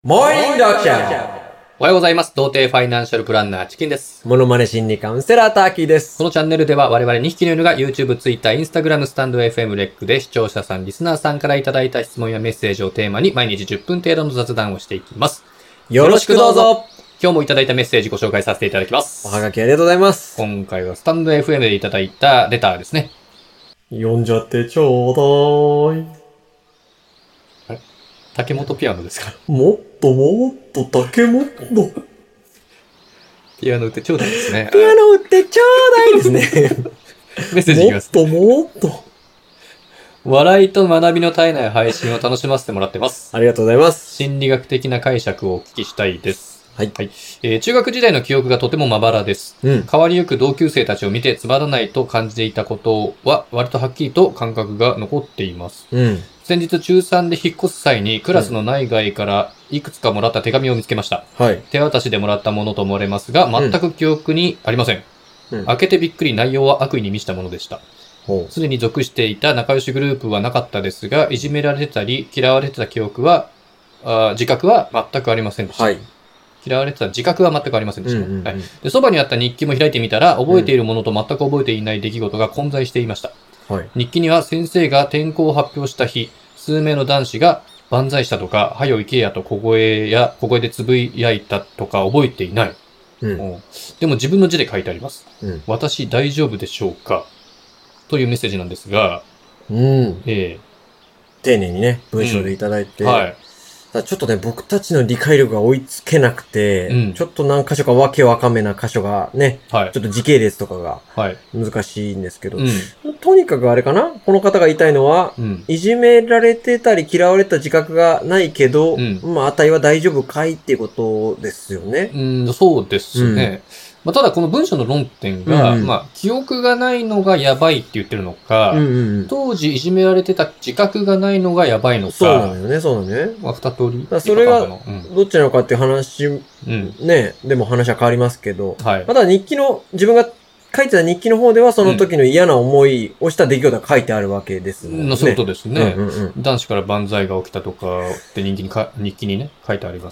モーニング読書おはようございます。童貞ファイナンシャルプランナーチキンです。 モノマネ心理カウンセラーターキーです。 このチャンネルでは我々2匹の犬が YouTube、Twitter、Instagram、スタンド FM、レックで視聴者さん、リスナーさんからいただいた質問やメッセージをテーマに毎日10分程度の雑談をしていきます。 よろしくどうぞ。 今日もいただいたメッセージご紹介させていただきます。 おはがきありがとうございます。 今回はスタンド FM でいただいたレターですね。 読んじゃってちょうだい。 竹本ピアノですか？ もっと竹本。 ピアノ売ってちょうだいですね。 ピアノ売ってちょうだいですね。 メッセージいきます。 もっと。 笑いと学びの絶えない配信を楽しませてもらってます。 ありがとうございます。 心理学的な解釈をお聞きしたいです。 はい。 中学時代の記憶がとてもまばらです。変わりゆく同級生たちを見てつまらないと感じていたことは割とはっきりと感覚が残っています。先日中3で引っ越す際にクラスの内外からいくつかもらった手紙を見つけました。手渡しでもらったものと思われますが、全く記憶にありません。開けてびっくり、内容は悪意に満ちたものでした。すでに属していた仲良しグループはなかったですが、いじめられてたり嫌われてた記憶は、自覚は全くありませんでした。嫌われてた自覚は全くありませんでした。で、そばにあった日記も開いてみたら、覚えているものと全く覚えていない出来事が混在していました。日記には先生が転校を発表した日、数名の男子が万歳したとか、はよ行けやと小声でつぶやいたとか覚えていない。でも自分の字で書いてあります。私大丈夫でしょうかというメッセージなんですが、 丁寧にね、文章でいただいて、ちょっとね、僕たちの理解力が追いつけなくて、ちょっと何箇所かわけわかめな箇所がね、ちょっと時系列とかが難しいんですけど、とにかくあれかな、この方が言いたいのは、いじめられてたり嫌われた自覚がないけど、まあ、値は大丈夫かいっていうことですよね。 そうですね。ただこの文章の論点が、記憶がないのがやばいって言ってるのか、当時いじめられてた自覚がないのがやばいのか。 そうなのよね、そうなのね。 二通り。 それが、どっちなのかっていう話、ね、でも話は変わりますけど、まだ日記の、自分が書いてた日記の方ではその時の嫌な思いをした出来事が書いてあるわけですもんね。 そういうことですね。男子から万歳が起きたとかって日記にね、書いてあります。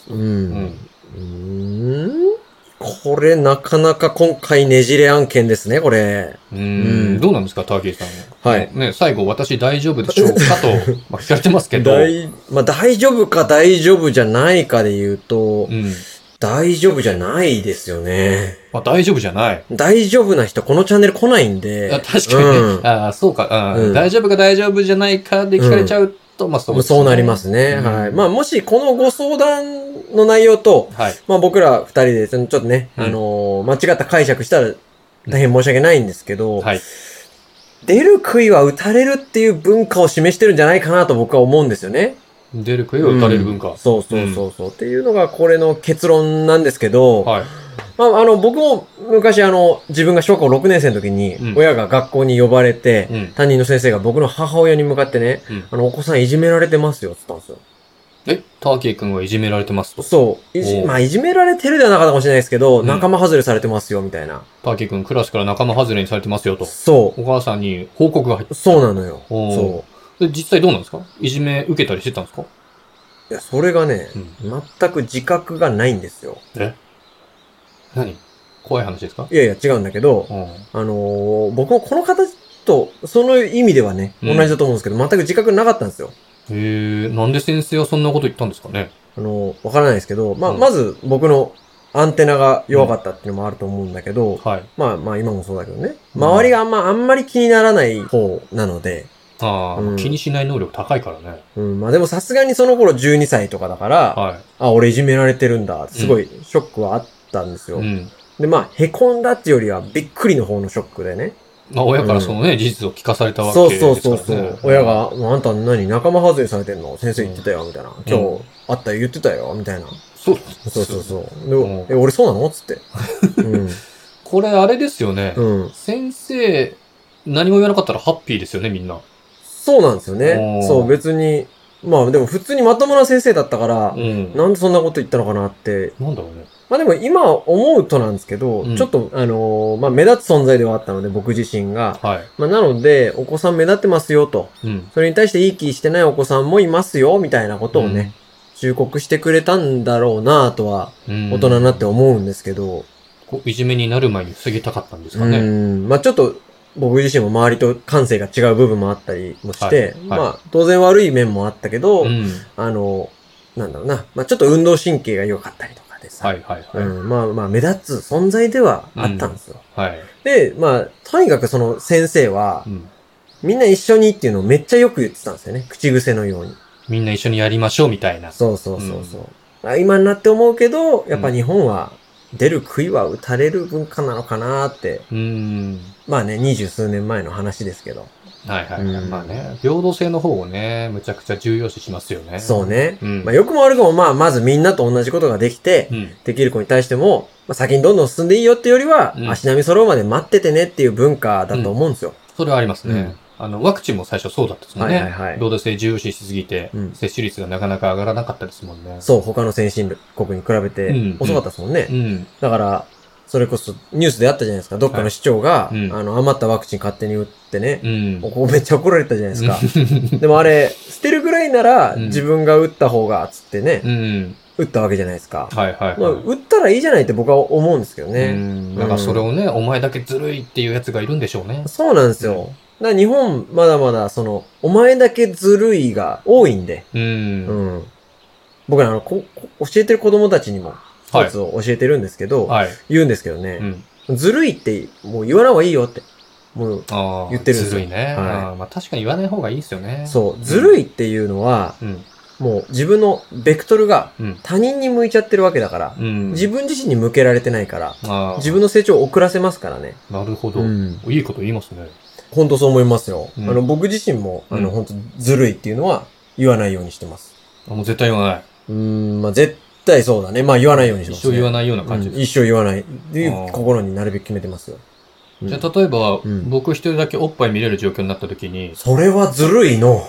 これなかなか今回ねじれ案件ですね、これ。 どうなんですか、ターキーさん。ね、最後私大丈夫でしょうかと、聞かれてますけど。 大丈夫か大丈夫じゃないかで言うと、大丈夫じゃないですよね。 大丈夫じゃない。 大丈夫な人このチャンネル来ないんで。 確かにね。そうか、大丈夫か大丈夫じゃないかで聞かれちゃうと、 そうなりますね。もしこのご相談の内容と、僕ら二人でちょっとね、間違った解釈したら大変申し訳ないんですけど、出る杭は打たれるっていう文化を示してるんじゃないかなと僕は思うんですよね。 出る杭は打たれる文化。 そう。っていうのがこれの結論なんですけど、僕も昔自分が小学校6年生の時に、親が学校に呼ばれて、担任の先生が僕の母親に向かってね、お子さんいじめられてますよ、つったんですよ。 ターキー君はいじめられてますと。 そう。いじめられてるではなかったかもしれないですけど、仲間外れされてますよ、みたいな。 ターキー君、クラスから仲間外れにされてますよと。 そう。 お母さんに報告が入ってそうなのよ。そう。 で、実際どうなんですか？いじめ受けたりしてたんですか？ いや、それがね、全く自覚がないんですよ。 何？怖い話ですか？ いや違うんだけど、僕もこの方と、その意味ではね、同じだと思うんですけど、全く自覚なかったんですよ。 なんで先生はそんなこと言ったんですかね？ わからないですけど、まず僕のアンテナが弱かったっていうのもあると思うんだけど、今もそうだけどね、周りがあんまり気にならない方なので、 気にしない能力高いからね。 でもさすがにその頃12歳とかだから、俺いじめられてるんだ、すごいショックはあったんですよ。で、凹んだっていうよりはびっくりの方のショックでね。 親からそのね、事実を聞かされたわけですからね。 そう。親が、あんた何仲間外れされてんの先生言ってたよ、みたいな。今日、会ったよ言ってたよ、みたいな。そう。俺そうなのつって。 これあれですよね。先生、何も言わなかったらハッピーですよね、みんな。 そうなんですよね。そう、別に、でも普通にまともな先生だったから、なんでそんなこと言ったのかなって。 なんだろうね。 でも今思うとなんですけど、ちょっと目立つ存在ではあったので、僕自身が。なので、お子さん目立ってますよと。それに対していい気してないお子さんもいますよ、みたいなことをね、 忠告してくれたんだろうなとは、大人になって思うんですけど。 いじめになる前に防ぎたかったんですかね。 まあちょっと、僕自身も周りと感性が違う部分もあったりもして、まあ当然悪い面もあったけど、なんだろうな、まあちょっと運動神経が良かったりとかでさ、まあ目立つ存在ではあったんですよ。で、まあとにかくその先生は、みんな一緒にっていうのをめっちゃよく言ってたんですよね。口癖のように。 みんな一緒にやりましょうみたいな。 そう。今になって思うけど、やっぱ日本は出る杭は打たれる文化なのかなーって。まあね、20数年前の話ですけど。 まあね、平等性の方をね、むちゃくちゃ重要視しますよね。 そうね。まあ良くも悪くも、まあまずみんなと同じことができて、できる子に対しても、まあ、先にどんどん進んでいいよっていうよりは、足並み揃うまで待っててねっていう文化だと思うんですよ。 それはありますね。ワクチンも最初そうだったですもんね。平等性重要視しすぎて、接種率がなかなか上がらなかったですもんね。 そう、他の先進国に比べて遅かったですもんね。だから、それこそニュースであったじゃないですか。どっかの市長が、余ったワクチン勝手に打ってね、ここめっちゃ怒られたじゃないですか。でもあれ、捨てるぐらいなら、自分が打った方が、つってね、打ったわけじゃないですか。打ったらいいじゃないって僕は思うんですけどね。 だからそれをね、お前だけずるいっていうやつがいるんでしょうね。 そうなんですよ。だから日本、まだまだ、お前だけずるいが多いんで。僕ら教えてる子供たちにも、スポーツを教えてるんですけど、言うんですけどね、ずるいってもう言わない方がいいよって、もう言ってるんですよ。 ずるいね。まあ確かに言わない方がいいですよね。 そう、ずるいっていうのは、もう自分のベクトルが他人に向いちゃってるわけだから、自分自身に向けられてないから、自分の成長を遅らせますからね。 なるほど。いいこと言いますね。 本当そう思いますよ。僕自身も、本当ずるいっていうのは言わないようにしてます。 もう絶対言わない。 まあ絶対そうだね。まあ言わないようにします、 ね。一生言わないような感じです。 一生言わない。っていう心になるべく決めてますよ。 じゃあ例えば、僕一人だけおっぱい見れる状況になった時に。 それはずるいの。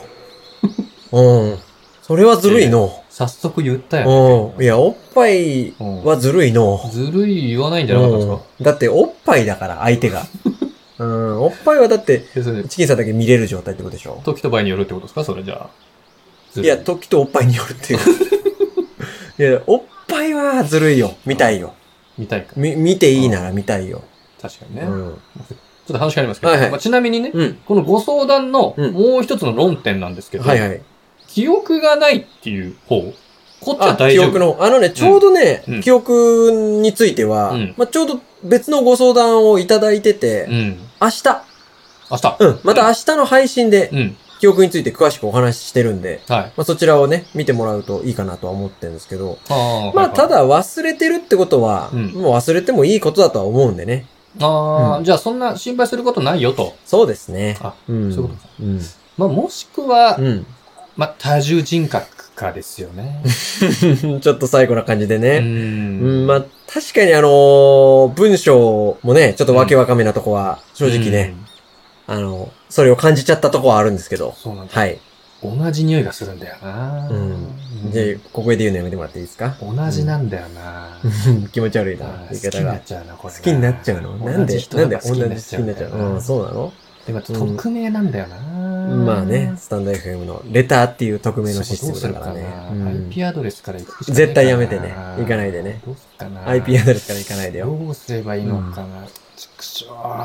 それはずるいの。 早速言ったよ、 ね。いや、おっぱいはずるいの。 ずるい言わないんじゃなかったですか。 だっておっぱいだから、相手が。おっぱいはだって、チキンさんだけ見れる状態ってことでしょ。 時と場合によるってことですかそれじゃあ。 いや、時とおっぱいによるっていう。いや、おっぱいはずるいよ。見たいよ。 見たいか。 見ていいなら見たいよ。 確かにね。ちょっと話変わりますけど。ちなみにね、このご相談のもう一つの論点なんですけど、記憶がないっていう方、こっちは大丈夫。 記憶の、ちょうどね、記憶については、ちょうど別のご相談をいただいてて、明日。また明日の配信で、記憶について詳しくお話ししてるんで、そちらをね、見てもらうといいかなとは思ってるんですけど、まあ、ただ忘れてるってことは、もう忘れてもいいことだとは思うんでね。 じゃあそんな心配することないよと。 そうですね。 そういうことか。まあ、もしくは、まあ、多重人格かですよね。 ちょっと最後な感じでね。まあ、確かに文章もね、ちょっとわけわかめなとこは、正直ね、それを感じちゃったとこはあるんですけど。 そうなんだ。同じ匂いがするんだよな。 じゃあ、ここで言うのやめてもらっていいですか？ 同じなんだよな。 気持ち悪いな、言い方が。 好きになっちゃうな、これ。 好きになっちゃうの？なんで同じ好きになっちゃう。 そうなの？ でも、匿名なんだよな。 まあね、スタンド FM のレターっていう匿名のシステムだからね。 IP アドレスから行くしかない。 絶対やめてね。行かないでね。 どうすっかな。 IP アドレスから行かないでよ。 どうすればいいのかな。畜生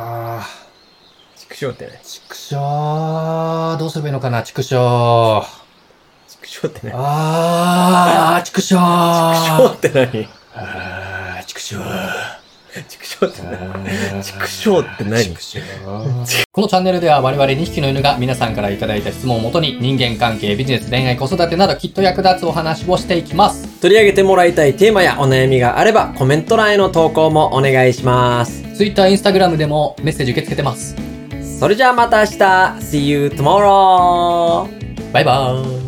ってね。 畜生どうすればいいのかな、畜生ってね。 畜生って何？ 畜生って何？畜生って何？ このチャンネルでは我々2匹の犬が皆さんからいただいた質問をもとに人間関係、ビジネス、恋愛、子育てなどきっと役立つお話をしていきます。 取り上げてもらいたいテーマやお悩みがあればコメント欄への投稿もお願いします。 Twitter、Instagram でもメッセージ受け付けてます。 それじゃあまた明日 See you tomorrow! バイバーイ。